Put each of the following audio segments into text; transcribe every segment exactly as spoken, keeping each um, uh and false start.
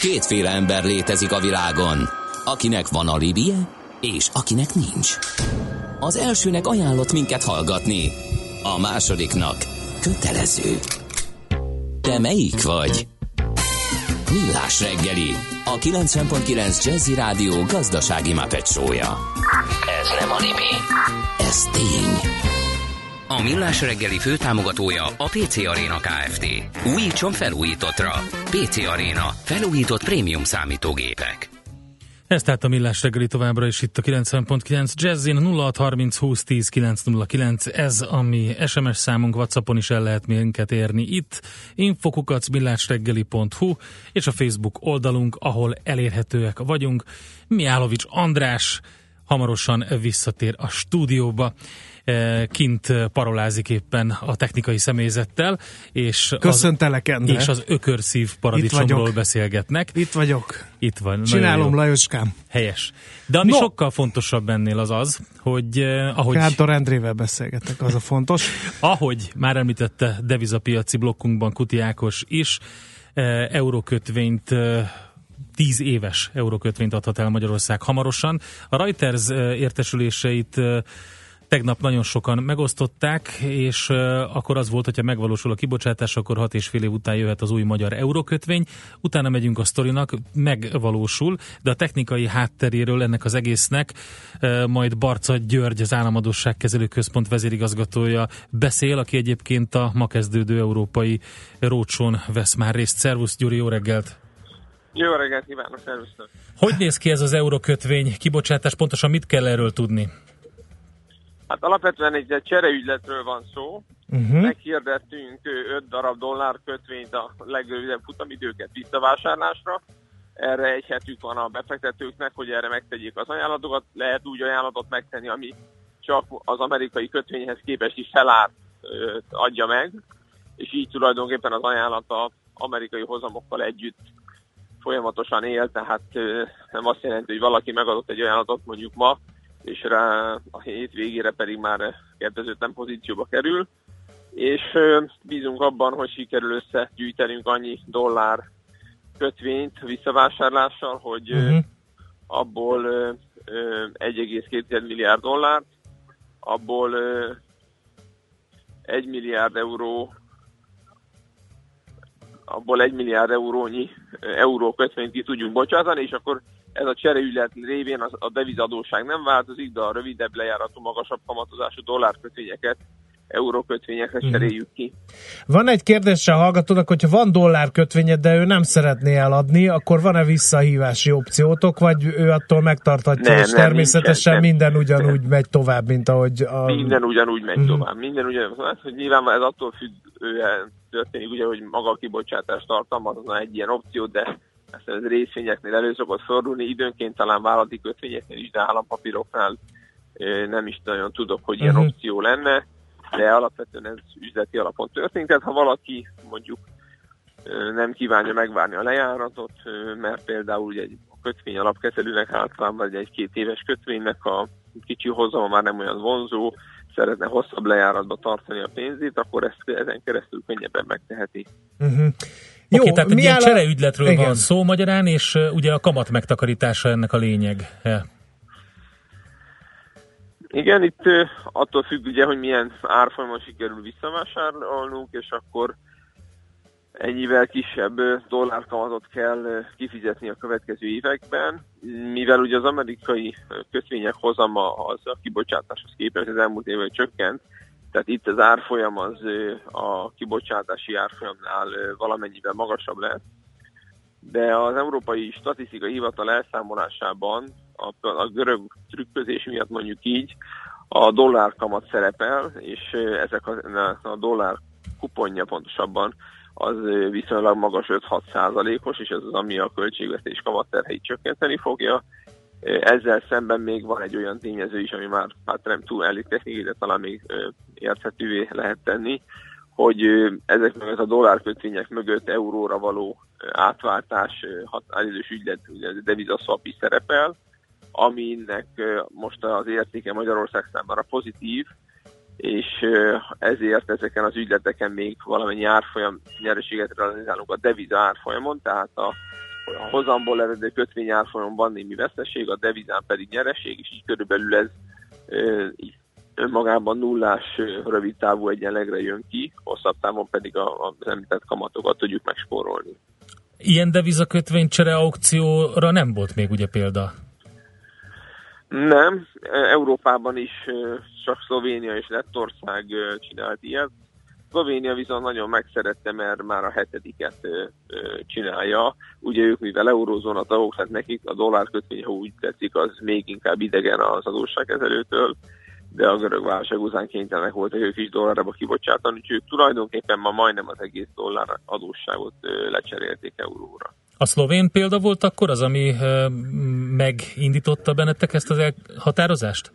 Kétféle ember létezik a világon, akinek van alibije, és akinek nincs. Az elsőnek ajánlott minket hallgatni, a másodiknak kötelező. Te melyik vagy? Millás reggeli, a kilencven pont kilenc Jazzy Rádió gazdasági Muppet show-ja. Ez nem anime, ez tény. A Millás reggeli főtámogatója a pé cé Arena Kft. Újítson felújítottra. pé cé Arena. Felújított prémium számítógépek. Ez tehát a Millás reggeli továbbra is itt a kilencven pont kilenc Jazzin. Nulla hat harminc húsz tíz kilenc nulla kilenc, ez a mi es em es számunk, WhatsAppon is el lehet minket érni itt. Infokukac millásreggeli pont hu és a Facebook oldalunk, ahol elérhetőek vagyunk. Mihálovics András hamarosan visszatér a stúdióba. Kint parolázik éppen a technikai személyzettel, és Köszöntelek, az, Endre. és az ökörszív paradicsomról beszélgetnek. Itt vagyok. Itt van. Csinálom, Lajoskám. Helyes. De ami no. sokkal fontosabb ennél az az, hogy eh, ahogy... Kántor Endrével beszélgetek, az a fontos. ahogy már említette devizapiaci blokkunkban Kuti Ákos is, eh, eurókötvényt eh, tíz éves eurókötvényt adhat el Magyarország hamarosan. A Reuters eh, értesüléseit eh, tegnap nagyon sokan megosztották, és uh, akkor az volt, hogyha megvalósul a kibocsátás, akkor hat és fél év után jöhet az új magyar eurókötvény. Utána megyünk a sztorinak, megvalósul, de a technikai hátteréről ennek az egésznek uh, majd Barca György, az Államadósságkezelő Központ vezérigazgatója beszél, aki egyébként a ma kezdődő európai rócsón vesz már részt. Szervusz, Gyuri, jó reggelt! Jó reggelt kívánok, szervusztok! Hogy néz ki ez az eurókötvény kibocsátás? Pontosan mit kell erről tudni? Hát alapvetően egy csereügyletről van szó. Uh-huh. Meghirdettünk öt darab dollár kötvényt a legrövidebb futamidőket visszavásárlásra. Erre egy hetük van a befektetőknek, hogy erre megtegyék az ajánlatokat. Lehet úgy ajánlatot megtenni, ami csak az amerikai kötvényhez képest is felárt adja meg, és így tulajdonképpen az ajánlat az amerikai hozamokkal együtt folyamatosan él, tehát nem azt jelenti, hogy valaki megadott egy ajánlatot mondjuk ma, és rá a hét végére pedig már kedvezőtlen pozícióba kerül, és bízunk abban, hogy sikerül összegyűjtenünk annyi dollár kötvényt visszavásárlással, hogy uh-huh. abból egy egész két milliárd dollárt, abból egy milliárd euró, abból egy milliárd eurónyi euró kötvényt ki tudjunk bocsátani, és akkor ez a csereügylet révén az, a devizadóság nem változik, de a rövidebb lejáratú, magasabb kamatozású dollárkötvényeket eurókötvényekre mm. cseréljük ki. Van egy kérdés a hallgatónak, hogyha van dollárkötvényed, de ő nem szeretné eladni, akkor van-e visszahívási opciótok, vagy ő attól megtarthatja, nem, és nem, természetesen nincsen, minden nem, ugyanúgy nem. megy tovább, mint ahogy... A... Minden ugyanúgy megy mm. tovább. Minden ugyanúgy, hát, hogy nyilván ez attól függően történik, ugye, hogy maga a kibocsátás tartalmazna egy ilyen opció, de ez részvényeknél elő szokott fordulni, időnként talán vállalati kötvényeknél is, de állampapíroknál nem is nagyon tudok, hogy ilyen uh-huh. opció lenne, de alapvetően ez üzleti alapon történik. Tehát ha valaki mondjuk nem kívánja megvárni a lejáratot, mert például ugye egy kötvény alapkezelőnek általában vagy egy-két éves kötvénynek a kicsi hozama már nem olyan vonzó, szeretne hosszabb lejáratba tartani a pénzét, akkor ezt ezen keresztül könnyebben megteheti. Uh-huh. Jó, okay, tehát egy ilyen csereügyletről igen. van szó magyarán, és uh, ugye a kamat megtakarítása ennek a lényeg. Yeah. Igen, itt uh, attól függ ugye, hogy milyen árfolyamon sikerül visszavásárolnunk, és akkor ennyivel kisebb uh, dollárkamatot kell uh, kifizetni a következő években, mivel ugye az amerikai uh, kötvények hozama az a kibocsátáshoz képest az elmúlt évben csökkent, tehát itt az árfolyam az a kibocsátási árfolyamnál valamennyivel magasabb lesz. De az Európai Statisztikai Hivatal elszámolásában a, a görög trükközés miatt mondjuk így a dollárkamat szerepel, és ezek a, a dollár kuponja pontosabban az viszonylag magas öt-hat százalékos, és ez az, ami a költségvetés kamatterheit csökkenteni fogja. Ezzel szemben még van egy olyan tényező is, ami már hát nem túl elég technikai, de talán még érthetővé lehet tenni, hogy ezek meg ez a dollárkötvények mögött euróra való átváltás határidős ügylet, devizaszwap is szerepel, aminek most az értéke Magyarország számára pozitív, és ezért ezeken az ügyleteken még valamennyi árfolyam nyereséget realizálunk a deviza árfolyamon, tehát a a hozamból eredő kötvény árfolyamon van némi veszteség, a devizán pedig nyereség, és így körülbelül ez így önmagában nullás rövid távú egyenlegre jön ki, hosszabb távon pedig az említett kamatokat tudjuk megspórolni. Ilyen devizakötvénycsere aukcióra nem volt még ugye példa? Nem, Európában is csak Szlovénia és Lettország csinált ilyet. Szlovénia viszont nagyon megszerette, mert már a hetediket csinálja. Ugye ők, mivel eurózóna tagok, tehát nekik a dollárkötvény, ha úgy tetszik, az még inkább idegen az adósságkezelőtől, de a görög válság után kénytelenek voltak ők is dollárba kibocsátani, úgyhogy ők tulajdonképpen ma majdnem az egész dollár adósságot lecserélték euróra. A szlovén példa volt akkor az, ami uh, megindította bennetek ezt az elhatározást?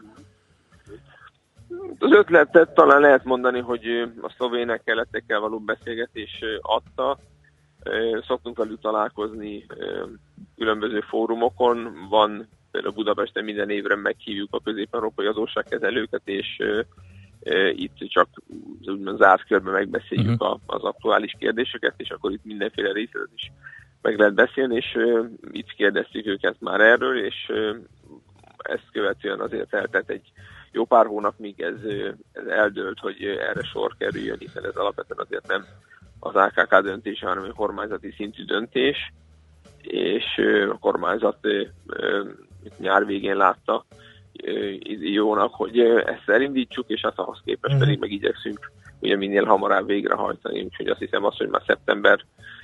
Az ötletet talán lehet mondani, hogy a szlovének keletekkel való beszélgetés adta. Szoktunk velük találkozni különböző fórumokon. Van például Budapesten minden évre meghívjuk a közép-európai adósságkezelőket, és itt csak úgymond zárt körben megbeszéljük uh-huh. az aktuális kérdéseket, és akkor itt mindenféle részlet is meg lehet beszélni, és uh, itt kérdeztük őket már erről, és uh, ezt követően azért eltett egy jó pár hónap, míg ez, ez eldőlt, hogy erre sor kerüljön, hiszen ez alapvetően azért nem az á ká ká döntése, hanem egy kormányzati szintű döntés, és uh, a kormányzat uh, uh, nyár végén látta uh, jónak, hogy uh, ezt elindítsuk, és hát ahhoz képest pedig meg igyekszünk ugye minél hamarabb végrehajtani, úgyhogy azt hiszem azt, hogy már szeptember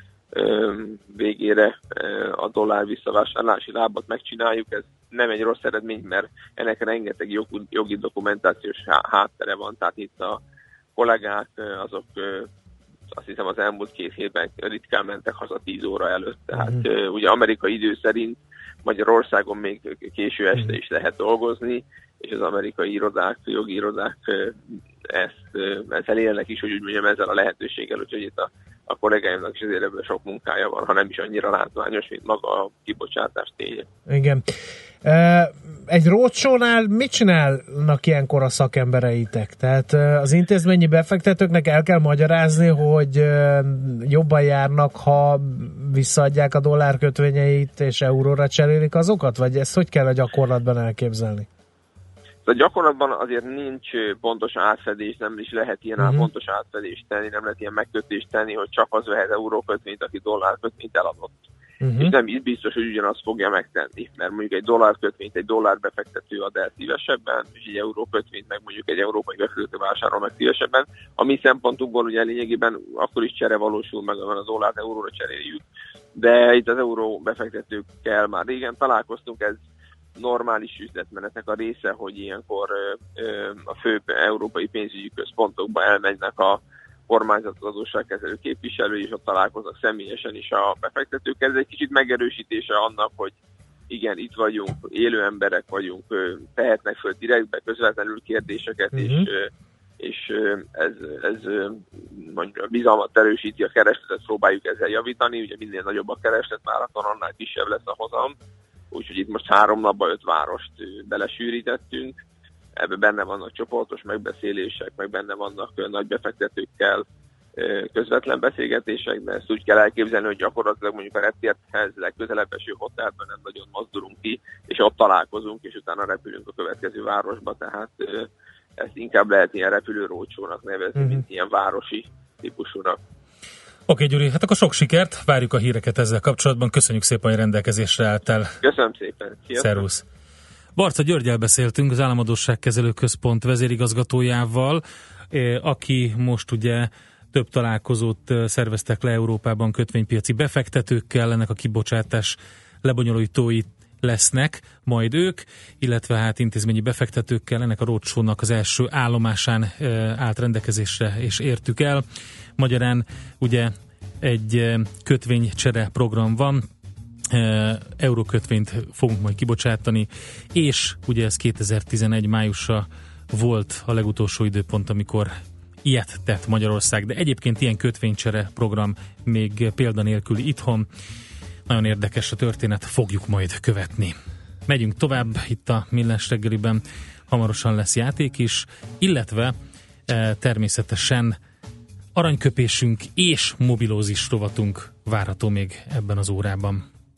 végére a dollár visszavásárlási lábat megcsináljuk. Ez nem egy rossz eredmény, mert ennek rengeteg jogi, jogi dokumentációs háttere van, tehát itt a kollégák azok azt hiszem az elmúlt két hétben ritkán mentek haza tíz óra előtt, tehát mm. ugye amerikai idő szerint Magyarországon még késő este is lehet dolgozni, és az amerikai irodák, jogi irodák ezt, ezzel élnek is, hogy úgy mondjam, ezzel a lehetőséggel, úgyhogy itt a, a kollégáimnak is azért ebből sok munkája van, ha nem is annyira látványos, mint maga a kibocsátás ténye. Igen. Egy roadshownál mit csinálnak ilyenkor a szakembereitek? Tehát az intézményi befektetőknek el kell magyarázni, hogy jobban járnak, ha visszaadják a dollárkötvényeit és euróra cserélik azokat? Vagy ezt hogy kell a gyakorlatban elképzelni? A gyakorlatban azért nincs pontos átfedés, nem is lehet ilyen uh-huh. pontos átfedést tenni, nem lehet ilyen megkötést tenni, hogy csak az vehet eurókötvényt, aki dollárkötvényt eladott. Uh-huh. És nem így biztos, hogy ugyanazt fogja megtenni, mert mondjuk egy dollárkötvényt egy dollárbefektető ad el szívesebben, és egy eurókötvényt meg mondjuk egy európai befektető vásárol meg szívesebben. A mi szempontunkból ugye lényegében akkor is csere valósul meg, ha a dollárt euróra cseréljük. De itt az euró befektetőkkel már régen találkoztunk, ez normális üzletmenetnek a része, hogy ilyenkor ö, ö, a fő európai pénzügyi központokba elmennek a kormányzat adósságkezelő képviselő, és ott találkoznak személyesen is a befektetőkkel. Ez egy kicsit megerősítése annak, hogy igen, itt vagyunk, élő emberek vagyunk, tehetnek föl direktbe közvetlenül kérdéseket, uh-huh. és, és ez, ez mondjuk a bizalmat erősíti, a keresletet próbáljuk ezzel javítani, ugye minél nagyobb a kereslet váraton, annál kisebb lesz a hozam, úgyhogy itt most három napban öt várost belesűrítettünk, ebben benne vannak csoportos megbeszélések, meg benne vannak nagy befektetőkkel közvetlen beszélgetések, de ezt úgy kell elképzelni, hogy gyakorlatilag mondjuk a reptérhez legközelebb eső hotelben nem nagyon mozdulunk ki, és ott találkozunk, és utána repülünk a következő városba, tehát ezt inkább lehet ilyen repülőrócsónak nevezni, mm-hmm. mint ilyen városi típusúnak. Oké, okay, Gyuri, hát akkor sok sikert, várjuk a híreket ezzel kapcsolatban, köszönjük szépen, hogy rendelkezésre álltál. Köszönöm szépen. Sziasztok. Szervusz. Barca Györggyel beszéltünk, az Államadósságkezelő Központ vezérigazgatójával, aki most ugye több találkozót szerveztek le Európában kötvénypiaci befektetőkkel, ennek a kibocsátás lebonyolítói lesznek majd ők, illetve hát intézményi befektetőkkel, ennek a roadshow-nak az első állomásán állt rendelkezésre és értük el. Magyarán ugye egy kötvénycsere program van, eurókötvényt fogunk majd kibocsátani, és ugye ez kétezer-tizenegy májusa volt a legutolsó időpont, amikor ilyet tett Magyarország, de egyébként ilyen kötvénycsere program még példanélküli itthon. Nagyon érdekes a történet, fogjuk majd követni. Megyünk tovább itt a Millás reggeliben, hamarosan lesz játék is, illetve e, természetesen aranyköpésünk és mobilózis rovatunk várható még ebben az órában.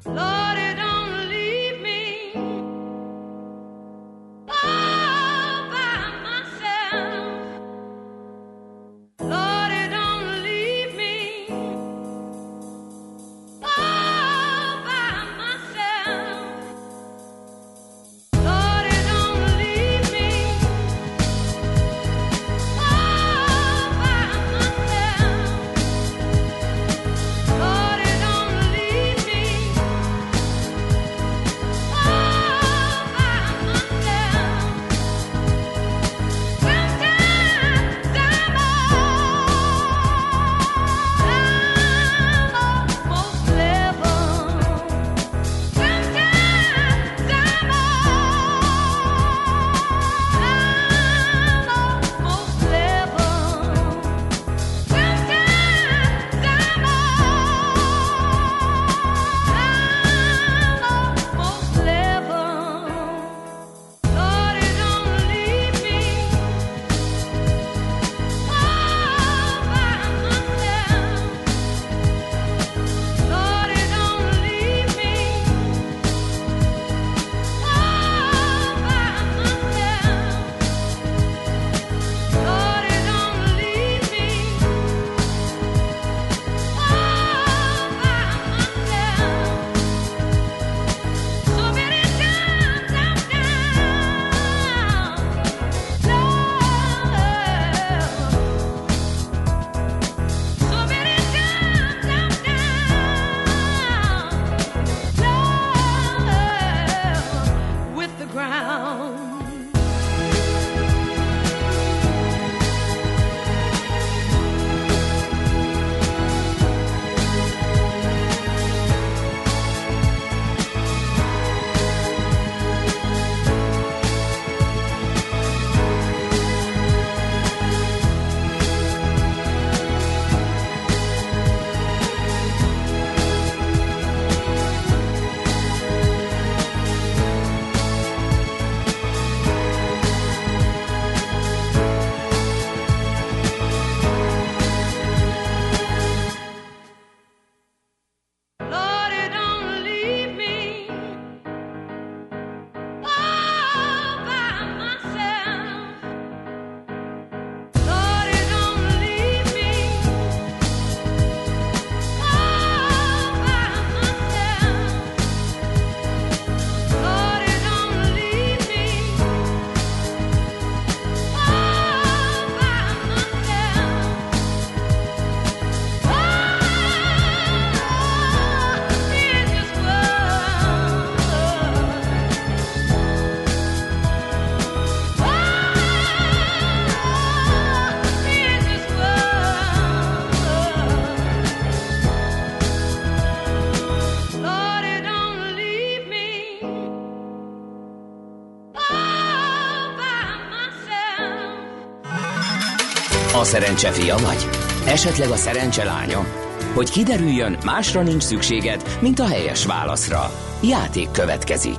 A szerencse fia vagy? Esetleg a szerencse lánya? Hogy kiderüljön, másra nincs szükséged, mint a helyes válaszra. Játék következik.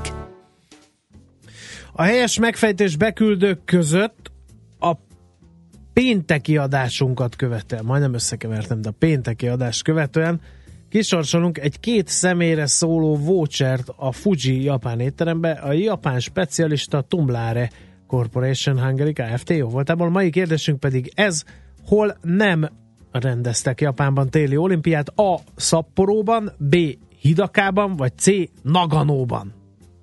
A helyes megfejtés beküldők között a pénteki adásunkat követően, majdnem összekevertem, de a pénteki adást követően kisorsolunk egy két személyre szóló vouchert a Fuji japán étterembe, a japán specialista Tumblare Corporation Hungary Kft. Jó voltából. Mai kérdésünk pedig ez: hol nem rendeztek Japánban téli olimpiát? A. Szapporóban, B. Hidakában, vagy C. Naganóban?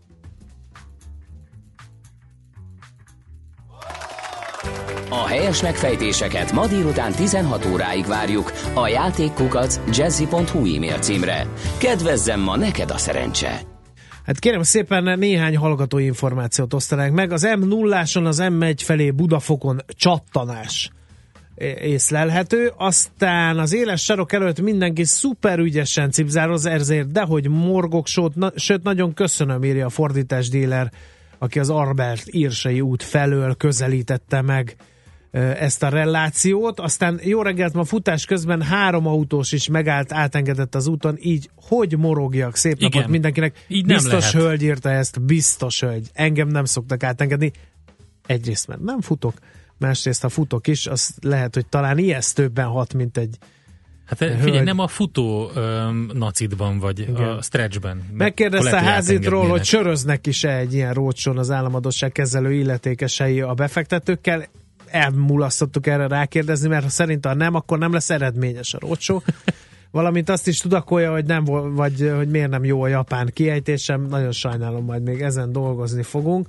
A helyes megfejtéseket ma délután tizenhat óráig várjuk a játékkukac jazzy pont hu e-mail címre. Kedvezzem ma neked a szerencse! Hát kérem szépen, néhány hallgatói információt osztanánk meg. Az M nulláson az M egy felé Budafokon csattanás észlelhető, aztán az éles sarok előtt mindenki szuper ügyesen cipzároz, ezért dehogy morgok, sőt, na, sőt nagyon köszönöm, írja a fordítás díler, aki az Albert Írsai út felől közelítette meg ezt a relációt. Aztán jó reggelt, ma futás közben három autós is megállt, átengedett az úton, így hogy morogjak, szép Igen, napot mindenkinek. Így nem biztos lehet. hölgy írta ezt, biztos hölgy. Engem nem szoktak átengedni. Egyrészt mert nem futok, másrészt ha futok is, az lehet, hogy talán ijesztőbben hat, mint egy Hát figyelj, hölgy. Nem a futó um, nacidban vagy, igen. A stretchben. Megkérdezte a házitról, hogy söröznek is-e egy ilyen rócsón az államadósság kezelő illetékesei a befektetőkkel. Elmulasztottuk erre rákérdezni, mert ha szerint ha nem, akkor nem lesz eredményes a rócsó. Valamint azt is tudakolja, hogy nem, vagy hogy miért nem jó a japán kiejtésem. Nagyon sajnálom, majd még ezen dolgozni fogunk.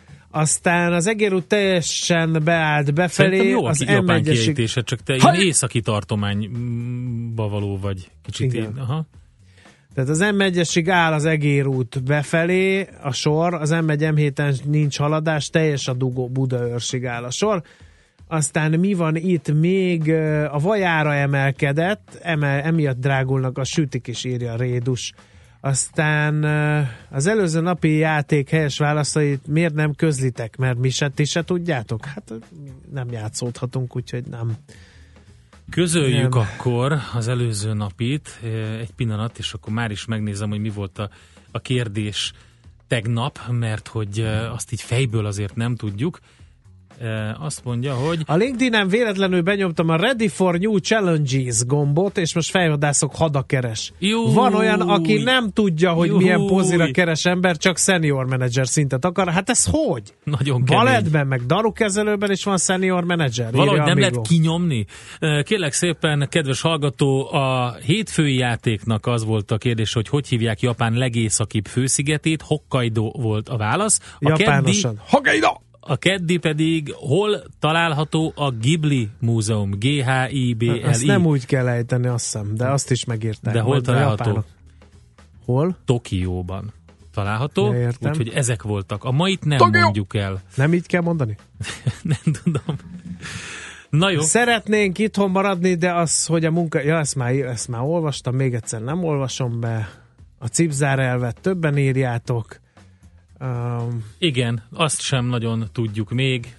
Aztán az Egér út teljesen beállt befelé. Szerintem jó az a japán kiejtése, csak te ilyen északi tartományba való vagy. Kicsit így. Aha. Tehát az em egyesig áll az Egér út befelé a sor, az em egy em héten nincs haladás, teljes a dugó Budaörsig áll a sor. Aztán mi van itt még? A vajára emelkedett, emel, emiatt drágulnak a sütik is, írja a Rédus. Aztán az előző napi játék helyes válaszait miért nem közlitek? Mert mi se, ti se tudjátok? Hát nem játszódhatunk, úgyhogy nem. Közöljük nem. Akkor az előző napit, egy pillanat, és akkor már is megnézem, hogy mi volt a, a kérdés tegnap, mert hogy azt így fejből azért nem tudjuk. Azt mondja, hogy... A LinkedIn-en véletlenül benyomtam a Ready for New Challenges gombot, és most fejvadászok hada keres. Júj, Van olyan, aki nem tudja, hogy júj. milyen pozira keres ember, csak senior manager szintet akar. Hát ez hogy? Nagyon kemény. Balettben, meg darukezelőben is van senior manager. Valahogy nem lehet kinyomni. Kérlek szépen, kedves hallgató, a hétfői játéknak az volt a kérdés, hogy hogy hívják Japán legészakibb főszigetét. Hokkaido volt a válasz. A Japánosan. Keddi... Hokkaido! A keddi pedig hol található a Ghibli Múzeum? G H I B L I. Azt nem úgy kell ejteni, azt hiszem, de azt is megírták. De hol található? Hol? Tokióban található, úgyhogy ezek voltak. A mait nem Tokió! Mondjuk el. Nem így kell mondani? Nem tudom. Na jó. Szeretnénk itthon maradni, de az, hogy a munka... Ja, ezt már, ezt már olvastam, még egyszer nem olvasom be. A cipzár elvet többen írjátok. Um, Igen, azt sem nagyon tudjuk még.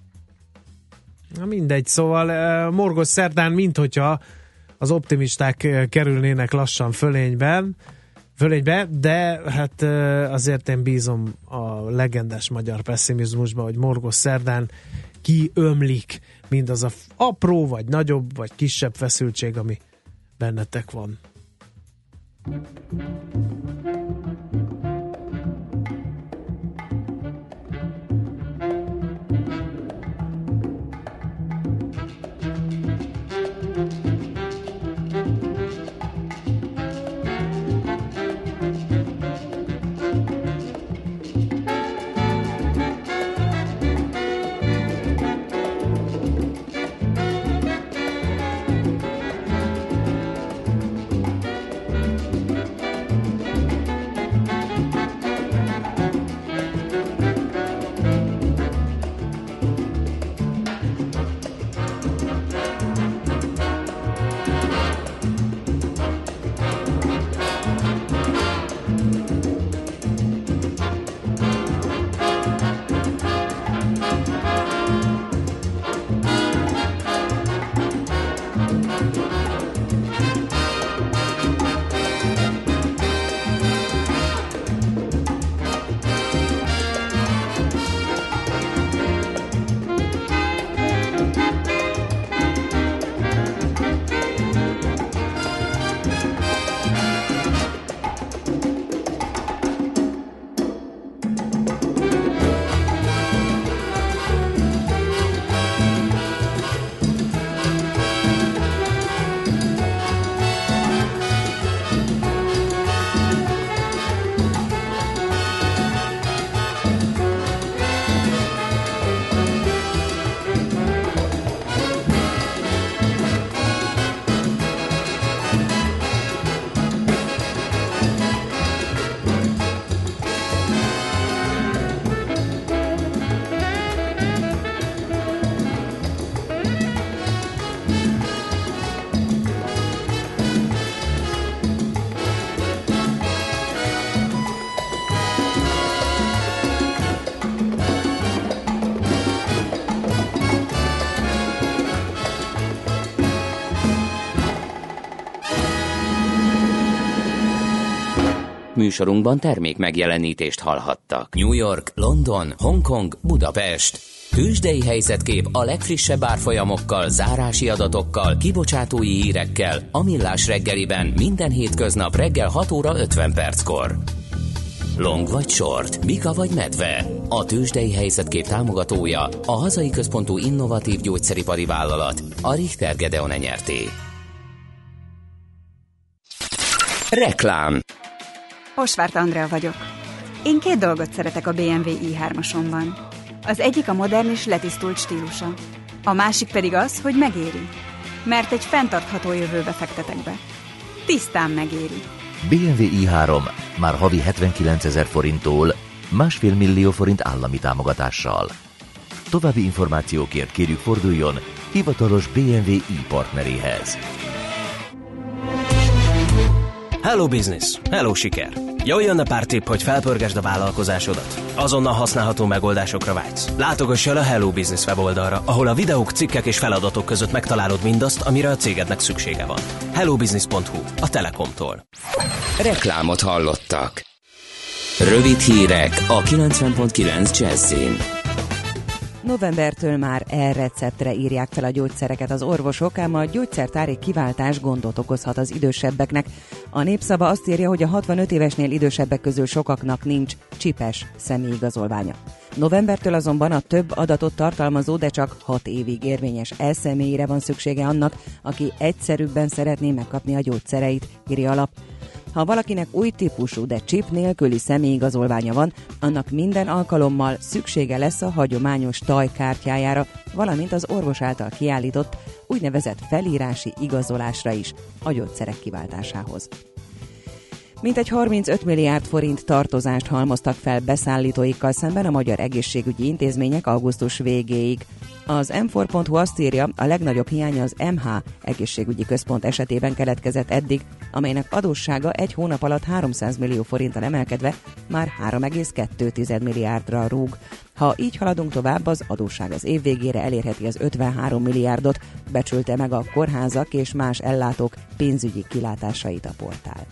Na mindegy, szóval uh, morgos szerdán, minthogyha az optimisták uh, kerülnének lassan fölényben, fölénybe, de hát uh, azért én bízom a legendás magyar pessimizmusban, hogy morgos szerdán kiömlik mindaz a apró, vagy nagyobb, vagy kisebb feszültség, ami bennetek van. Műsorunkban termék megjelenítést hallhattak. New York, London, Hongkong, Budapest. Tőzsdei helyzetkép a legfrissebb árfolyamokkal, zárási adatokkal, kibocsátói hírekkel a Millás reggeliben minden hétköznap reggel hat óra ötven perckor. Long vagy short, bika vagy medve. A Tőzsdei helyzetkép támogatója a hazai központú innovatív gyógyszeripari vállalat, a Richter Gedeon Nyrt. Reklám. Osvárt Andrea vagyok. Én két dolgot szeretek a bé em vé i hármasomban. Az egyik a modern és letisztult stílusa. A másik pedig az, hogy megéri. Mert egy fenntartható jövőbe fektetek be. Tisztán megéri. bé em vé i három már havi hetvenkilencezer forinttól másfél millió forint állami támogatással. További információkért kérjük forduljon hivatalos bé em vé i partneréhez. Hello Business! Hello siker! Jöjjön a pár tipp, hogy felpörgesd a vállalkozásodat. Azonnal használható megoldásokra vágysz. Látogass el a Hello Business weboldalra, ahol a videók, cikkek és feladatok között megtalálod mindazt, amire a cégednek szüksége van. hellobusiness pont hu, a Telekomtól. Reklámot hallottak. Rövid hírek a kilencven pont kilenc Jazzin. Novembertől már e-receptre írják fel a gyógyszereket az orvosok, ám a gyógyszertári kiváltás gondot okozhat az idősebbeknek. A Népszava azt írja, hogy a hatvanöt évesnél idősebbek közül sokaknak nincs csipes személyigazolványa. Novembertől azonban a több adatot tartalmazó, de csak hat évig érvényes e-személyre van szüksége annak, aki egyszerűbben szeretné megkapni a gyógyszereit, írja a lap. Ha valakinek új típusú, de chip nélküli személyigazolványa van, annak minden alkalommal szüksége lesz a hagyományos tajkártyájára, valamint az orvos által kiállított úgynevezett felírási igazolásra is a gyógyszerek kiváltásához. Mintegy harmincöt milliárd forint tartozást halmoztak fel beszállítóikkal szemben a magyar egészségügyi intézmények augusztus végéig. Az em négy pont hu azt írja, a legnagyobb hiánya az em há egészségügyi központ esetében keletkezett eddig, amelynek adóssága egy hónap alatt háromszáz millió forinttal emelkedve már három egész kettő milliárdra rúg. Ha így haladunk tovább, az adósság az év végére elérheti az ötvenhárom milliárdot, becsülte meg a kórházak és más ellátók pénzügyi kilátásait a portál.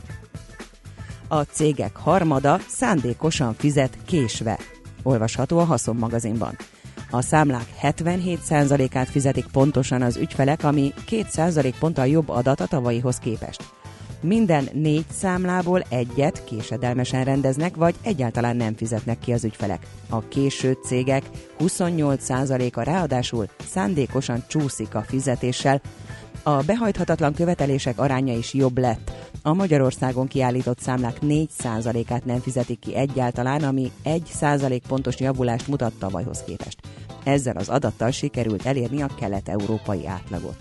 A cégek harmada szándékosan fizet késve, olvasható a Haszon magazinban. A számlák hetvenhét százalékát fizetik pontosan az ügyfelek, ami két százalékponttal jobb adat a tavalyihoz képest. Minden négy számlából egyet késedelmesen rendeznek, vagy egyáltalán nem fizetnek ki az ügyfelek. A késő cégek huszonnyolc százaléka ráadásul szándékosan csúszik a fizetéssel. A behajthatatlan követelések aránya is jobb lett. A Magyarországon kiállított számlák négy százalékát nem fizetik ki egyáltalán, ami egy százalékpontos javulást mutat tavalyhoz képest. Ezzel az adattal sikerült elérni a kelet-európai átlagot.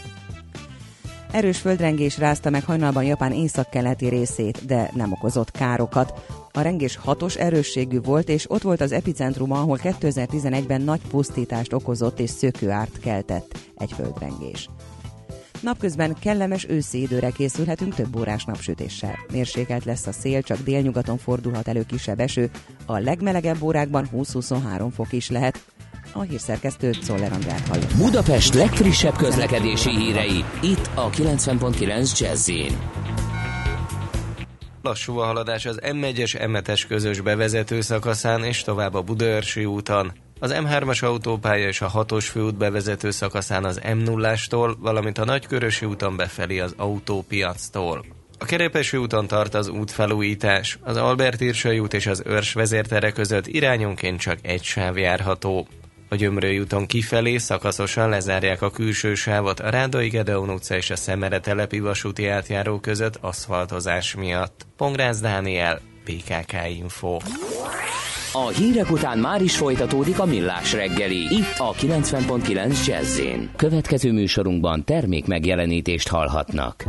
Erős földrengés rázta meg hajnalban Japán északkeleti részét, de nem okozott károkat. A rengés hatos erősségű volt, és ott volt az epicentruma, ahol kétezer-tizenegyben nagy pusztítást okozott és szökőárt keltett egy földrengés. Napközben kellemes őszi időre készülhetünk több órás napsütéssel. Mérsékelt lesz a szél, csak délnyugaton fordulhat elő kisebb eső, a legmelegebb órákban húsz-huszonhárom fok is lehet. A hírszerkesztőt, Czoller Andrát halljuk. Budapest legfrissebb közlekedési hírei, itt a kilencven pont kilenc Jazzin. Lassú a haladás az em egyes em ötös közös bevezető szakaszán és tovább a Budaörsi úton. Az em hármas autópálya és a hatos főút bevezető szakaszán az em nullastól, valamint a Nagykörösi úton befelé az autópiactól. A Kerepesi úton tart az útfelújítás, az Albert-Irsai út és az Örs vezértere között irányonként csak egy sáv járható. A Gyömrői úton kifelé szakaszosan lezárják a külső sávot a Rádai Gedeon utca és a Szemere telepi vasúti átjáró között aszfaltozás miatt. Pongrácz Dániel, pé ká ká Info. A hírek után már is folytatódik a Millás reggeli, itt a kilencven pont kilenc Jazzin. Következő műsorunkban termék megjelenítést hallhatnak.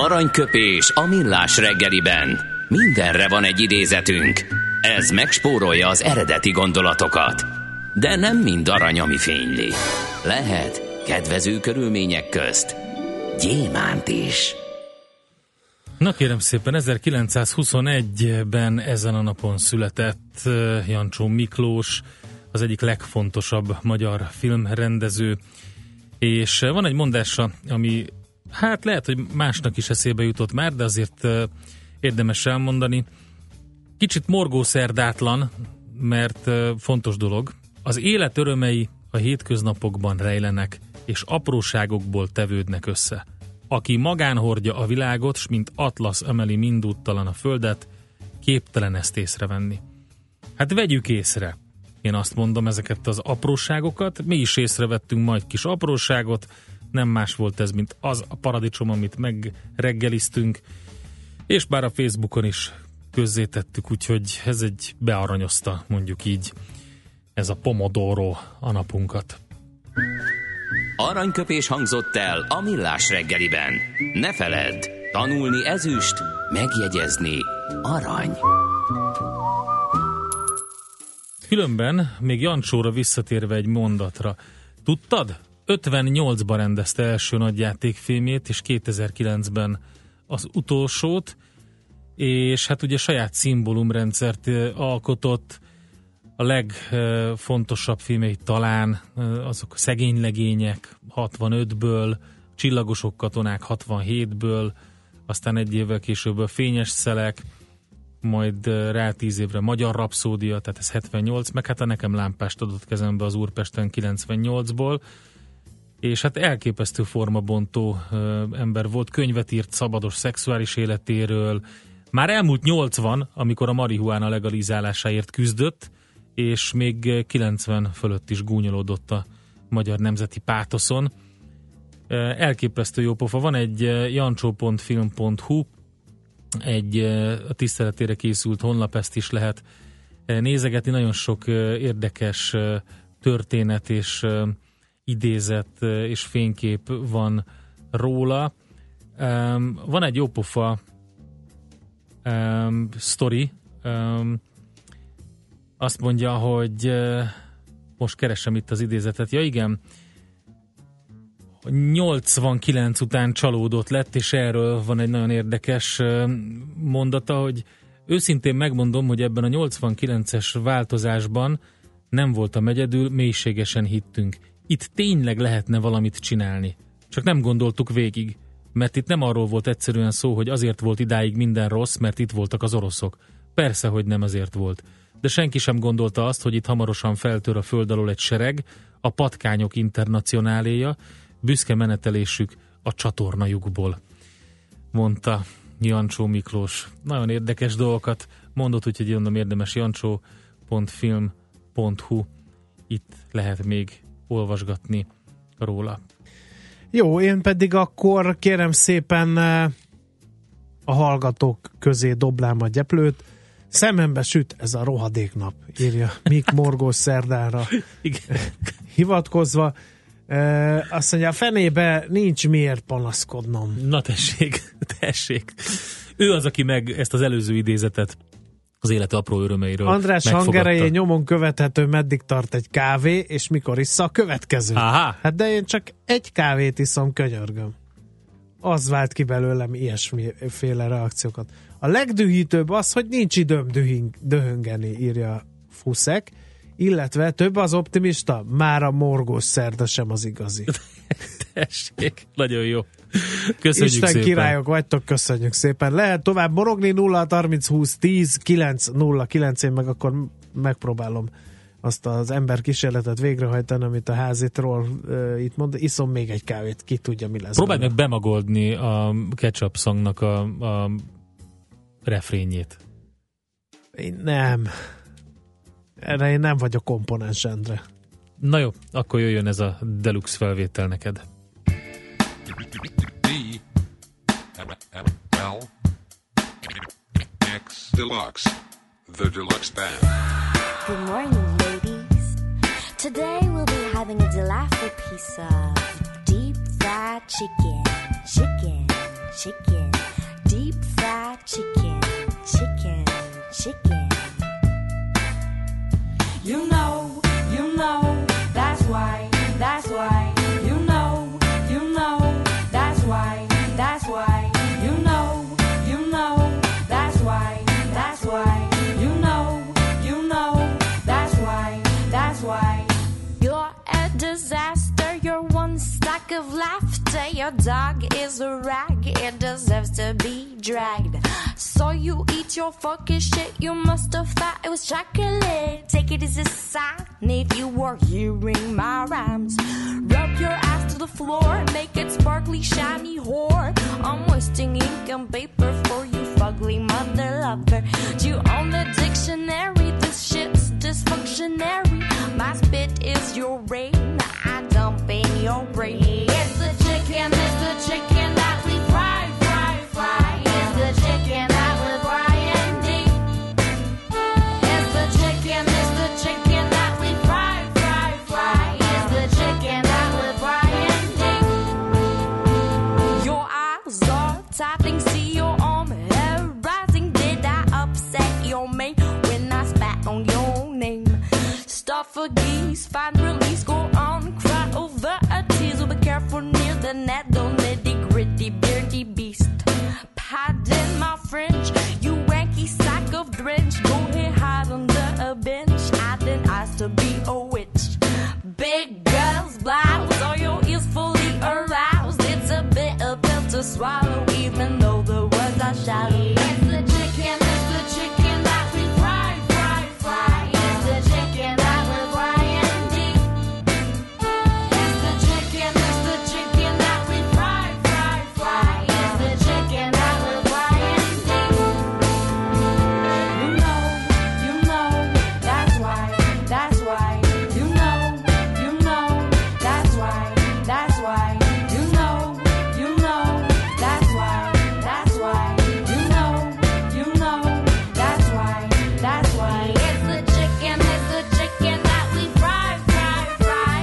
Aranyköpés a millás reggeliben. Mindenre van egy idézetünk. Ez megspórolja az eredeti gondolatokat. De nem mind arany, ami fényli. Lehet kedvező körülmények közt gyémánt is. Na kérem szépen, ezerkilencszázhuszonegyben ezen a napon született Jancsó Miklós, az egyik legfontosabb magyar filmrendező, és van egy mondása, ami hát lehet, hogy másnak is eszébe jutott már, de azért érdemes elmondani. Kicsit morgószerdátlan, mert fontos dolog. Az élet örömei a hétköznapokban rejlenek, és apróságokból tevődnek össze. Aki magán hordja a világot, s mint Atlasz emeli mindúttalan a földet, képtelen ezt észrevenni. Hát vegyük észre, én azt mondom, ezeket az apróságokat. Mi is észrevettünk majd kis apróságot, nem más volt ez, mint az a paradicsom, amit megreggeliztünk, és bár a Facebookon is közzétettük, úgyhogy ez egy bearanyozta, mondjuk így, ez a Pomodoro a napunkat. Aranyköpés hangzott el a millás reggeliben. Ne feledd, tanulni ezüst, megjegyezni arany. Különben még Jancsóra visszatérve egy mondatra. Tudtad? ötvennyolcban rendezte első nagyjátékfilmjét, és kétezer-kilencben az utolsót, és hát ugye saját szimbólumrendszert alkotott. A legfontosabb filmei talán azok a Szegénylegények hatvanötből, Csillagosok katonák hatvanhétből, aztán egy évvel később a Fényes szelek, majd rá tíz évre Magyar rapszódia, tehát ez hetvennyolc, meg hát a Nekem lámpást adott kezembe az Úrpesten kilencvennyolcból, és hát elképesztő formabontó ember volt, könyvet írt szabados szexuális életéről, már elmúlt nyolcvan, amikor a marihuána legalizálásáért küzdött, és még kilencven fölött is gúnyolódott a magyar nemzeti pátoszon. Elképesztő jó pofa. Van egy jancsó pont film pont hu, egy a tiszteletére készült honlap, ezt is lehet nézegetni. Nagyon sok érdekes történet és idézet és fénykép van róla. Van egy jó pofa sztori, azt mondja, hogy most keresem itt az idézetet. Ja igen, nyolcvankilenc után csalódott lett, és erről van egy nagyon érdekes mondata, hogy őszintén megmondom, hogy ebben a nyolcvankilences változásban nem voltam egyedül, mélységesen hittünk. Itt tényleg lehetne valamit csinálni. Csak nem gondoltuk végig, mert itt nem arról volt egyszerűen szó, hogy azért volt idáig minden rossz, mert itt voltak az oroszok. Persze, hogy nem azért volt. De senki sem gondolta azt, hogy itt hamarosan feltör a föld alól egy sereg, a patkányok internacionáléja, büszke menetelésük a csatornajukból, mondta Jancsó Miklós. Nagyon érdekes dolgokat mondott, úgyhogy mondom, érdemes jancsó pont film pont hu, itt lehet még olvasgatni róla. Jó, én pedig akkor kérem szépen a hallgatók közé doblám a gyeplőt. Szemembe süt ez a rohadék nap, írja Mik Morgós szerdára hivatkozva. E, azt mondja, a fenébe nincs miért panaszkodnom. Na tessék, tessék. Ő az, aki meg ezt az előző idézetet az élet apró örömeiről András hangerején nyomon követhető, meddig tart egy kávé, és mikor issza a következő. Aha. Hát de én csak egy kávét iszom, könyörgöm. Az vált ki belőlem ilyesmiféle reakciókat. A legdühítőbb az, hogy nincs időm dühing, döhöngeni, írja Fuszek, illetve több az optimista, már a morgós szerda sem az igazi. Tessék, nagyon jó. Köszönjük Isten szépen. királyok vagytok, köszönjük szépen. Lehet tovább morogni nulla harminc húsz tíz kilenc nulla kilenc, én meg akkor megpróbálom azt az ember kísérletet végrehajtani, amit a házitról uh, itt mond. Iszom még egy kávét, ki tudja, mi lesz. Próbálj meg bemagoldni a Ketchup Songnak a, a refrényét. Én nem. Erre én nem vagyok komponens, Endre. Na jó, akkor jöjjön ez a deluxe felvétel neked. X Deluxe, the deluxe band. Good morning, ladies. Today we'll be having a delightful piece of deep fried chicken, chicken, chicken. deep fried chicken, chicken, chicken. You know, you know, that's why, that's why. You know, you know, that's why, that's why. You know, you know, that's why, that's why. You know, you know, that's why, that's why. You're a disaster, you're one stack of laughter. Your dog is a rag, it deserves to be dragged. So you eat your fucking shit, you must have thought it was chocolate. Take it as a sign if you were hearing my rhymes. Rub your ass to the floor, make it sparkly, shiny whore. I'm wasting ink and paper for you fugly mother lover. You own the dictionary, this shit's dysfunctionary. My spit is your rain, I dump in your brain. It's the chicken, it's the chicken that we fry, fry, fry. It's the chicken that we fry and deep. It's the chicken, it's the chicken that we fry, fry, fry. It's the chicken that we fry and deep. Your eyes are tapping, see your arm hair rising. Did I upset your mate when I spat on your name? Stuff a geese, find release, go on, cry over a tease. Be careful near the net, don't nitty gritty, beardy beast. Pardon my French, you wanky sack of drench. Go ahead, hide under a bench, adding eyes to be a witch. Big girls, blouse, all your ears fully aroused. It's a bit of pill to swallow, even though the words are shallow. It's the chicken, it's the chicken that we fry, fry, fry. It's the chicken that we fry and deep. It's the chicken, it's the chicken that we fry, fry, fry. It's the chicken that we fry and deep. You know, you know, that's why, that's why. You know, you know, that's why, that's why. You know, you know, that's why, that's why. You know, you know, that's why, that's why. It's the chicken, it's the chicken that we fry, fry, fry.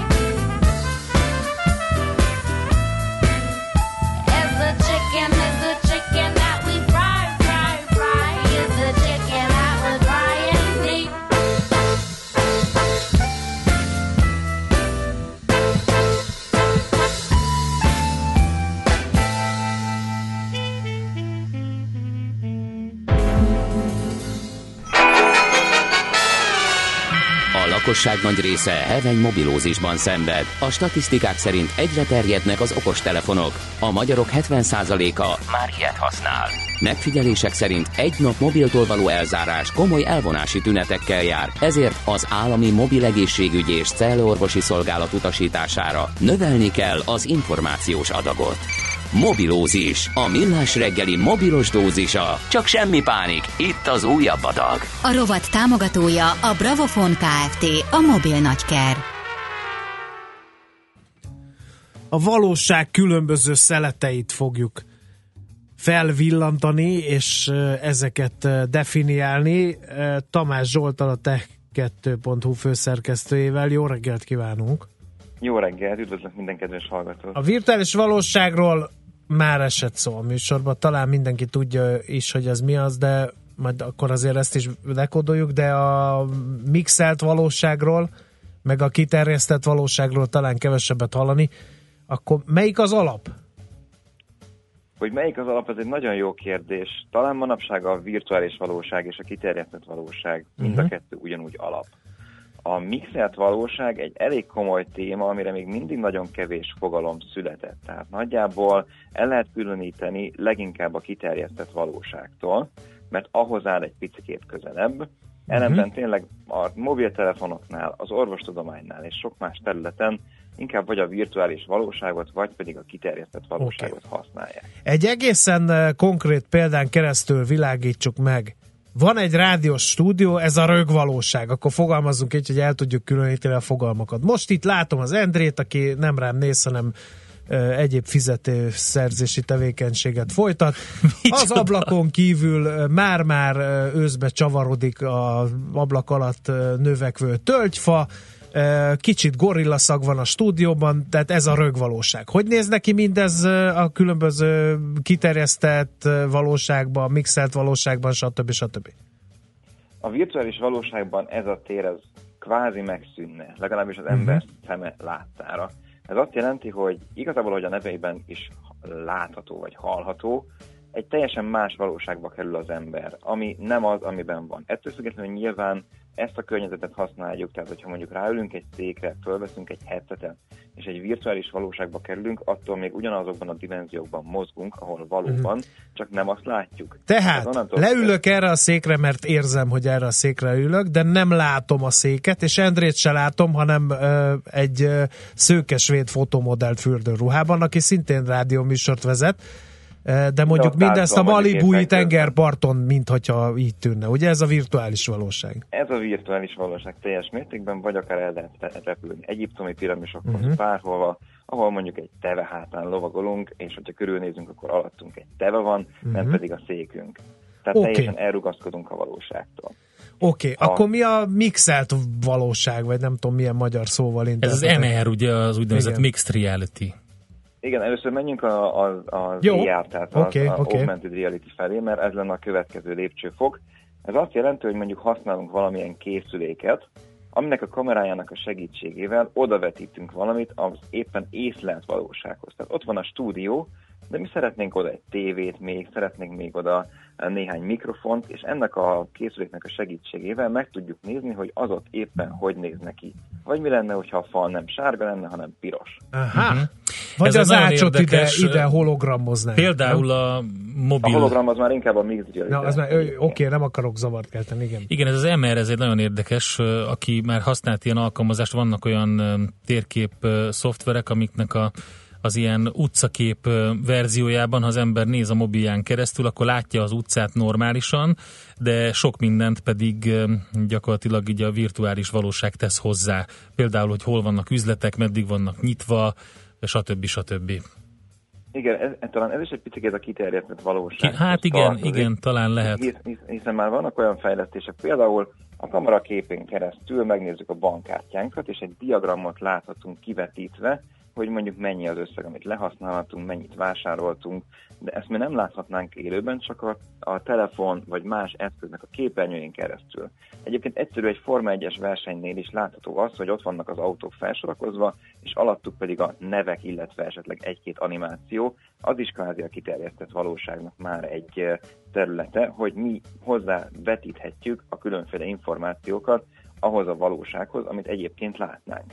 It's the chicken, it's the chicken that we fry, fry, fry. It's the chicken that we fry and deep. A lakosság nagy része heveny mobilózisban szenved. A statisztikák szerint egyre terjednek az okostelefonok. A magyarok hetven százaléka már ilyet használ. Megfigyelések szerint egy nap mobiltól való elzárás komoly elvonási tünetekkel jár, ezért az állami mobil egészségügyi és cellorvosi szolgálat utasítására növelni kell az információs adagot. Mobilózis, a millás reggeli mobilos dózisa. Csak semmi pánik, itt az újabb adag. A rovat támogatója a Bravofon Kft. A mobil nagyker. A valóság különböző szeleteit fogjuk felvillantani, és ezeket definiálni. Tamás Zsolttal, a tech kettő pont hu főszerkesztőjével. Jó reggelt kívánunk! Jó reggelt, üdvözlök minden kedves hallgatót! A virtuális valóságról már esett szó a műsorban, talán mindenki tudja is, hogy ez mi az, de majd akkor azért ezt is dekódoljuk, de a mixelt valóságról, meg a kiterjesztett valóságról talán kevesebbet hallani. Akkor melyik az alap? Hogy melyik az alap, ez egy nagyon jó kérdés. Talán manapság a virtuális valóság és a kiterjesztett valóság mind a kettő ugyanúgy alap. A mixelt valóság egy elég komoly téma, amire még mindig nagyon kevés fogalom született. Tehát nagyjából el lehet különíteni leginkább a kiterjesztett valóságtól, mert ahhoz áll egy picikét közelebb. Ellenben uh-huh. tényleg a mobiltelefonoknál, az orvostudománynál és sok más területen inkább vagy a virtuális valóságot, vagy pedig a kiterjesztett valóságot okay. használják. Egy egészen konkrét példán keresztül világítsuk meg. Van egy rádiós stúdió, ez a rögvalóság, akkor fogalmazzunk így, hogy el tudjuk különíteni a fogalmakat. Most itt látom az Endrét, aki nem rám néz, hanem ö, egyéb fizetőszerzési tevékenységet folytat. Az ablakon kívül már-már őszbe csavarodik az ablak alatt növekvő tölgyfa, kicsit gorillaszag van a stúdióban, tehát ez a rögvalóság. Hogy néz neki mindez a különböző kiterjesztett valóságban, mixelt valóságban, stb. stb.? A virtuális valóságban ez a tér ez kvázi megszűnne, legalábbis az ember uh-huh. szeme láttára. Ez azt jelenti, hogy igazából, hogy a neveiben is látható vagy hallható, egy teljesen más valóságba kerül az ember, ami nem az, amiben van. Ettől függetlenül nyilván ezt a környezetet használjuk, tehát hogyha mondjuk ráülünk egy székre, fölveszünk egy headsetet, és egy virtuális valóságba kerülünk, attól még ugyanazokban a dimenziókban mozgunk, ahol valóban, uh-huh. csak nem azt látjuk. Tehát leülök erre a székre, mert érzem, hogy erre a székre ülök, de nem látom a széket, és Endrét se látom, hanem ö, egy ö, szőke-svéd fotomodellt fürdőruhában, aki szintén rádióműsort vezet, de mondjuk de mindezt a Malibui tengerparton, mintha így tűnne. Ugye ez a virtuális valóság? Ez a virtuális valóság teljes mértékben, vagy akár el lehet repülni egyiptomi piramisokon, uh-huh. bárhova, ahol mondjuk egy teve hátán lovagolunk, és hogyha körülnézünk, akkor alattunk egy teve van, uh-huh. nem pedig a székünk. Tehát okay. teljesen elrugaszkodunk a valóságtól. Oké, okay. akkor mi a mixelt valóság, vagy nem tudom milyen magyar szóval interpretálni? Ez az em er, ugye az úgynevezett Igen. mixed reality. Igen, először menjünk az á er, tehát okay, az okay. augmented reality felé, mert ez lenne a következő lépcsőfok. Ez azt jelenti, hogy mondjuk használunk valamilyen készüléket, aminek a kamerájának a segítségével odavetítünk valamit az éppen észlelt valósághoz. Tehát ott van a stúdió, de mi szeretnénk oda egy tévét még, szeretnénk még oda néhány mikrofont, és ennek a készüléknek a segítségével meg tudjuk nézni, hogy az ott éppen hogy néz neki. Vagy mi lenne, hogyha a fal nem sárga lenne, hanem piros. Aha. Uh-huh. Vagy ez az ácsot ide, ide hologramoznánk. Például a mobil... A hologram az már inkább a mixed reality. Na, az már, oké, okay, nem akarok zavart kelteni, igen. Igen, ez az em er, ez egy nagyon érdekes, aki már használt ilyen alkalmazást, vannak olyan térkép szoftverek, amiknek a az ilyen utcakép verziójában, ha az ember néz a mobilján keresztül, akkor látja az utcát normálisan, de sok mindent pedig gyakorlatilag így a virtuális valóság tesz hozzá. Például, hogy hol vannak üzletek, meddig vannak nyitva, stb. stb. Igen, ez, talán ez is egy picit ez a kiterjedt valóság. Hát igen, tartozik. igen, talán lehet. Hisz, hisz, hiszen már vannak olyan fejlesztések, például a kameraképén keresztül megnézzük a bankkártyánkat, és egy diagramot láthatunk kivetítve, hogy mondjuk mennyi az összeg, amit lehasználhatunk, mennyit vásároltunk, de ezt mi nem láthatnánk élőben, csak a, a telefon vagy más eszköznek a képernyőjén keresztül. Egyébként egyszerű egy Forma egyes versenynél is látható az, hogy ott vannak az autók felsorakozva, és alattuk pedig a nevek, illetve esetleg egy-két animáció, az is kvázi a kiterjesztett valóságnak már egy területe, hogy mi hozzá vetíthetjük a különféle információkat ahhoz a valósághoz, amit egyébként látnánk.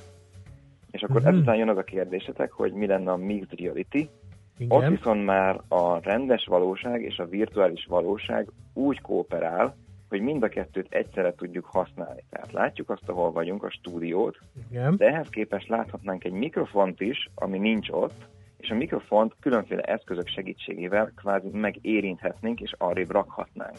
És akkor uh-huh. ezután jön az a kérdésetek, hogy mi lenne a mixed reality. Igen. Ott viszont már a rendes valóság és a virtuális valóság úgy kooperál, hogy mind a kettőt egyszerre tudjuk használni. Tehát látjuk azt, ahol vagyunk, a stúdiót, Igen. de ehhez képest láthatnánk egy mikrofont is, ami nincs ott, és a mikrofont különféle eszközök segítségével kvázi megérinthetnénk, és arrébb rakhatnánk.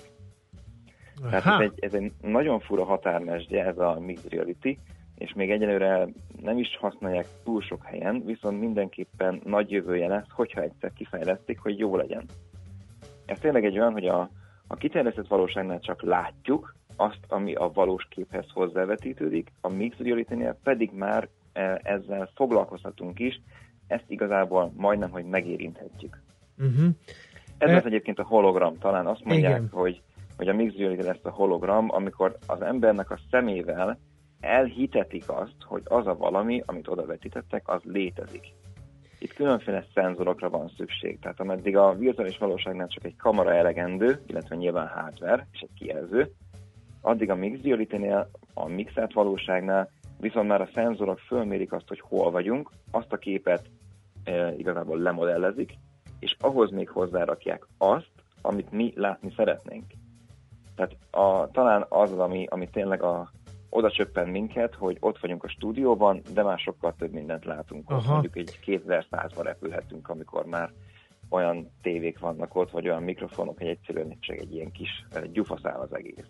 Aha. Tehát ez egy, ez egy nagyon fura határmesdje, ez a mixed reality, és még egyelőre nem is használják túl sok helyen, viszont mindenképpen nagy jövője lesz, hogyha egyszer kifejlesztik, hogy jó legyen. Ez tényleg egy olyan, hogy a, a kiterjesztett valóságnál csak látjuk azt, ami a valós képhez hozzávetítődik, a mixed reality-nél pedig már ezzel foglalkozhatunk is, ezt igazából majdnem, hogy megérinthetjük. Uh-huh. Ez lesz egyébként a hologram, talán azt mondják, Igen. hogy, hogy a mixed reality lesz a hologram, amikor az embernek a szemével elhitetik azt, hogy az a valami, amit odavetítettek, az létezik. Itt különféle szenzorokra van szükség. Tehát ameddig a virtuális valóságnál csak egy kamera elegendő, illetve nyilván hardware és egy kijelző, addig a mixed reality-nél, a mixelt valóságnál viszont már a szenzorok fölmérik azt, hogy hol vagyunk, azt a képet e, igazából lemodellezik, és ahhoz még hozzárakják azt, amit mi látni szeretnénk. Tehát a, talán az az, ami, ami tényleg a oda csöppen minket, hogy ott vagyunk a stúdióban, de már sokkal több mindent látunk. Ott mondjuk egy kétezer-százban repülhetünk, amikor már olyan tévék vannak ott, vagy olyan mikrofonok, hogy egyszerűen csak egy ilyen kis gyufaszál az egész.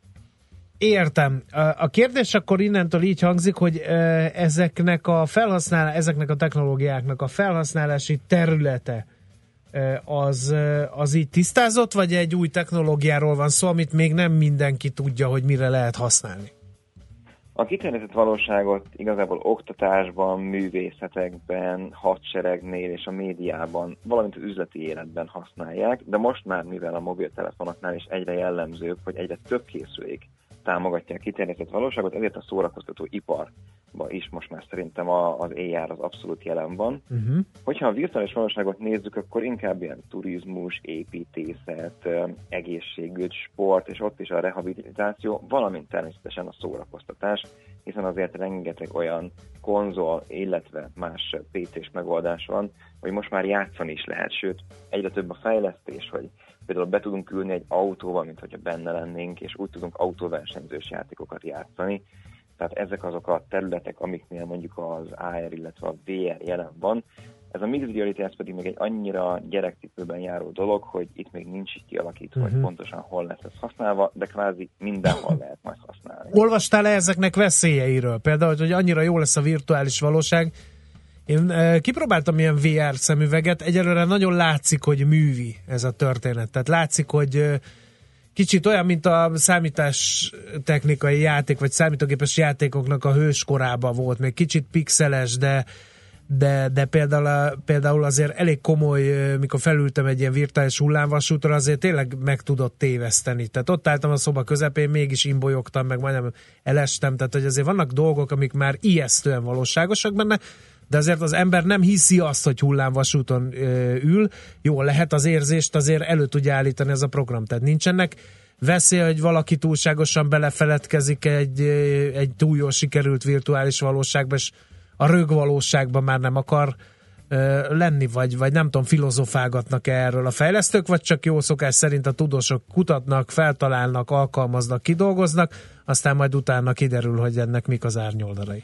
Értem. A kérdés akkor innentől így hangzik, hogy ezeknek a felhasználás, ezeknek a technológiáknak a felhasználási területe az, az így tisztázott, vagy egy új technológiáról van szó, amit még nem mindenki tudja, hogy mire lehet használni? A kiterjesztett valóságot igazából oktatásban, művészetekben, hadseregnél és a médiában, valamint az üzleti életben használják, de most már, mivel a mobiltelefonoknál is egyre jellemzőbb, hogy egyre több készülék támogatja a kiterjesztett valóságot, ezért a szórakoztató iparban is most már szerintem a, az á er az abszolút jelen van. Uh-huh. Hogyha a virtuális valóságot nézzük, akkor inkább ilyen turizmus, építészet, egészségügy, sport, és ott is a rehabilitáció, valamint természetesen a szórakoztatás, hiszen azért rengeteg olyan konzol, illetve más pé cés megoldás van, hogy most már játszani is lehet, sőt, egyre több a fejlesztés, hogy például be tudunk ülni egy autóba, mint hogyha benne lennénk, és úgy tudunk autóversenyzős játékokat játszani. Tehát ezek azok a területek, amiknél mondjuk az á er, illetve a vé er jelen van. Ez a mixed reality, ez pedig még egy annyira gyerekcipőben járó dolog, hogy itt még nincs így kialakítva, uh-huh. hogy pontosan hol lesz ez használva, de kvázi mindenhol lehet majd használni. Olvastál-e ezeknek veszélyeiről? Például, hogy annyira jó lesz a virtuális valóság. Én e, kipróbáltam ilyen vé er szemüveget, egyelőre nagyon látszik, hogy művi ez a történet. Tehát látszik, hogy e, kicsit olyan, mint a számítástechnikai játék, vagy számítógépes játékoknak a hőskorában volt, még kicsit pixeles, de, de, de például, például azért elég komoly, mikor felültem egy ilyen virtuális hullámvasútra, azért tényleg meg tudott téveszteni. Tehát ott álltam a szoba közepén, mégis imbolyogtam, meg majdnem elestem, tehát hogy azért vannak dolgok, amik már ijesztően valóságosak benne, de azért az ember nem hiszi azt, hogy hullámvasúton ö, ül. Jó, lehet az érzést azért elő tudja állítani ez a program. Tehát nincsenek veszély, hogy valaki túlságosan belefeledkezik egy, egy túl jól sikerült virtuális valóságba, és a rögvalóságban már nem akar ö, lenni, vagy, vagy nem tudom, filozofálgatnak erről a fejlesztők, vagy csak jó szokás szerint a tudósok kutatnak, feltalálnak, alkalmaznak, kidolgoznak, aztán majd utána kiderül, hogy ennek mik az árnyoldalai.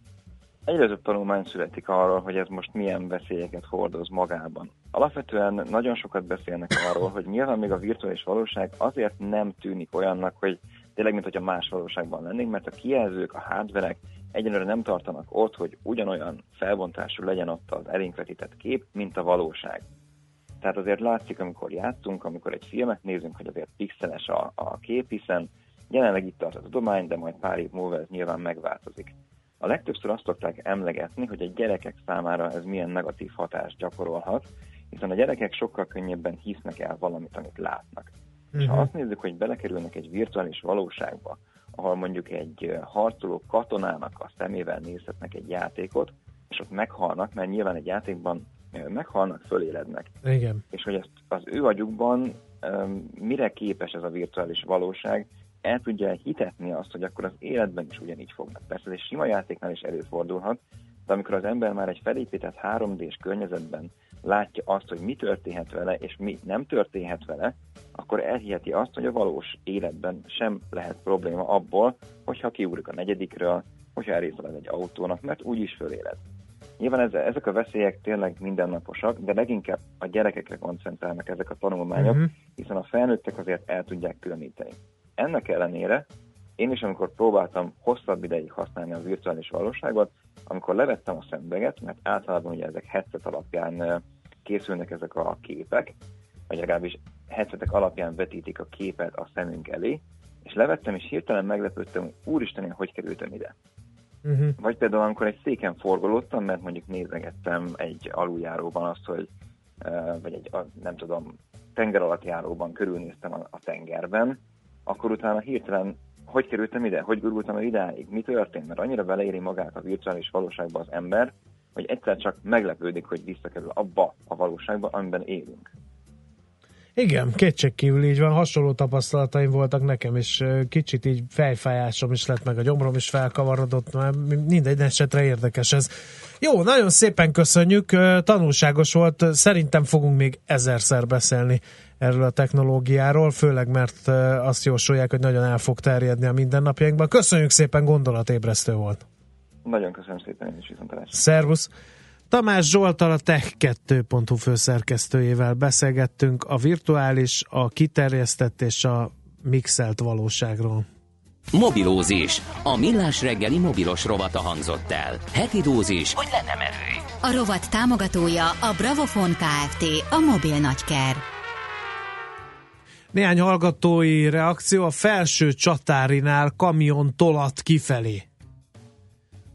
Egyre több tanulmány születik arról, hogy ez most milyen veszélyeket hordoz magában. Alapvetően nagyon sokat beszélnek arról, hogy nyilván még a virtuális valóság azért nem tűnik olyannak, hogy tényleg, mint hogyha más valóságban lennénk, mert a kijelzők, a hardverek egyenlőre nem tartanak ott, hogy ugyanolyan felbontású legyen ott az elénk vetített kép, mint a valóság. Tehát azért látszik, amikor játszunk, amikor egy filmet nézünk, hogy azért pixeles a, a kép, hiszen jelenleg itt tart a tudomány, de majd pár év múlva ez nyilván megváltozik. A legtöbbször azt szokták emlegetni, hogy a gyerekek számára ez milyen negatív hatást gyakorolhat, hiszen a gyerekek sokkal könnyebben hisznek el valamit, amit látnak. Uh-huh. És ha azt nézzük, hogy belekerülnek egy virtuális valóságba, ahol mondjuk egy harcoló katonának a szemével nézhetnek egy játékot, és ott meghalnak, mert nyilván egy játékban meghalnak, fölélednek. Igen. És hogy ezt az ő agyukban um, mire képes ez a virtuális valóság, el tudja hitetni azt, hogy akkor az életben is ugyanígy fognak. Persze ez egy sima játéknál is előfordulhat, de amikor az ember már egy felépített három dés környezetben látja azt, hogy mi történhet vele, és mi nem történhet vele, akkor elhiheti azt, hogy a valós életben sem lehet probléma abból, hogyha kiugrik a negyedikről, hogyha elrészel egy autónak, mert úgyis föléled. Nyilván ez, ezek a veszélyek tényleg mindennaposak, de leginkább a gyerekekre koncentrálnak ezek a tanulmányok, uh-huh. hiszen a felnőttek azért el tudják különíteni. Ennek ellenére én is, amikor próbáltam hosszabb ideig használni a virtuális valóságot, amikor levettem a szemüveget, mert általában ugye ezek headset alapján készülnek ezek a képek, vagy legalábbis headsetek alapján vetítik a képet a szemünk elé, és levettem, és hirtelen meglepődtem, hogy úristen, én hogy kerültem ide. Uh-huh. Vagy például, amikor egy széken forgolódtam, mert mondjuk nézegettem egy aluljáróban azt, hogy vagy egy, nem tudom, tenger alatt járóban körülnéztem a, a tengerben, akkor utána hirtelen, hogy kerültem ide, hogy gurultam el idáig, mi történt, mert annyira beleéri magát a virtuális valóságba az ember, hogy egyszer csak meglepődik, hogy visszakerül abba a valóságba, amiben élünk. Igen, kétségkívül így van, hasonló tapasztalataim voltak nekem, és kicsit így fejfájásom is lett, meg a gyomrom is felkavarodott, mert mindegy esetre érdekes ez. Jó, nagyon szépen köszönjük, tanulságos volt, szerintem fogunk még ezerszer beszélni erről a technológiáról, főleg mert azt jósolják, hogy nagyon el fog terjedni a mindennapjainkban. Köszönjük szépen, gondolatébresztő volt. Nagyon köszönöm szépen, én is viszontlátásra. Szervusz! Tamás Zsolttal, a tech kettő pont hu főszerkesztőjével beszélgettünk a virtuális, a kiterjesztett és a mixelt valóságról. Mobilózis. A millás reggeli mobilos rovata hangzott el. Heti dózis, hogy lenne merő. A rovat támogatója a Bravofon Kft. A mobil nagyker. Néhány hallgatói reakció: a felső csatárinál kamion tolat kifelé.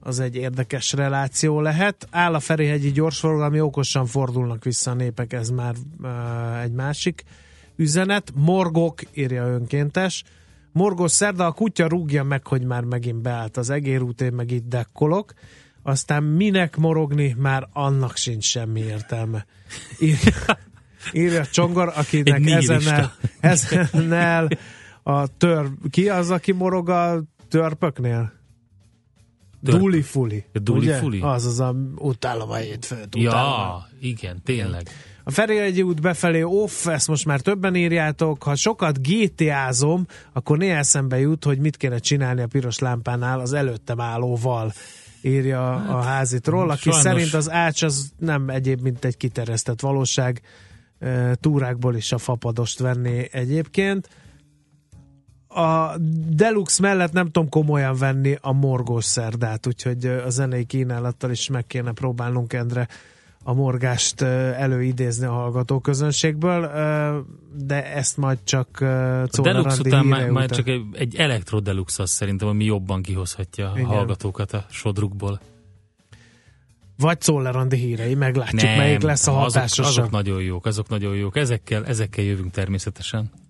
az egy érdekes reláció lehet. Áll a ferihegyi gyorsforgalmi, okosan fordulnak vissza a népek, ez már uh, egy másik üzenet. Morgok, írja önkéntes. Morgos szerda, a kutya rúgja meg, hogy már megint beállt az egérút, én meg itt dekkolok. Aztán minek morogni, már annak sincs semmi értelme. Írja, írja Csongor, akinek ezennel, ezennel a tör... Ki az, aki morog a törpöknél? Duli-fuli. Duli-fuli? Az az a utálom a hétfőt. Ja, igen, tényleg. A Ferihegyi út befelé off, ezt most már többen írjátok. Ha sokat gé té ázom, akkor néha eszembe jut, hogy mit kéne csinálni a piros lámpánál az előttem állóval, írja hát, a házitról, aki sajnos szerint az ács az nem egyéb, mint egy kiterjesztett valóság. Túrákból is a fapadost venné egyébként. A Deluxe mellett nem tudom komolyan venni a morgós szerdát, úgyhogy a zenei kínálattal is meg kéne próbálnunk, Endre, a morgást előidézni a hallgatóközönségből, de ezt majd csak Czóna Randi után híre majd csak egy, egy elektro Deluxe az szerintem, ami jobban kihozhatja igen. a hallgatókat a sodrukból. Vagy Czóna Randi hírei, meglátjuk, nem, melyik lesz a hatásosabb. Azok, azok nagyon jók, azok nagyon jók. Ezekkel, ezekkel jövünk természetesen.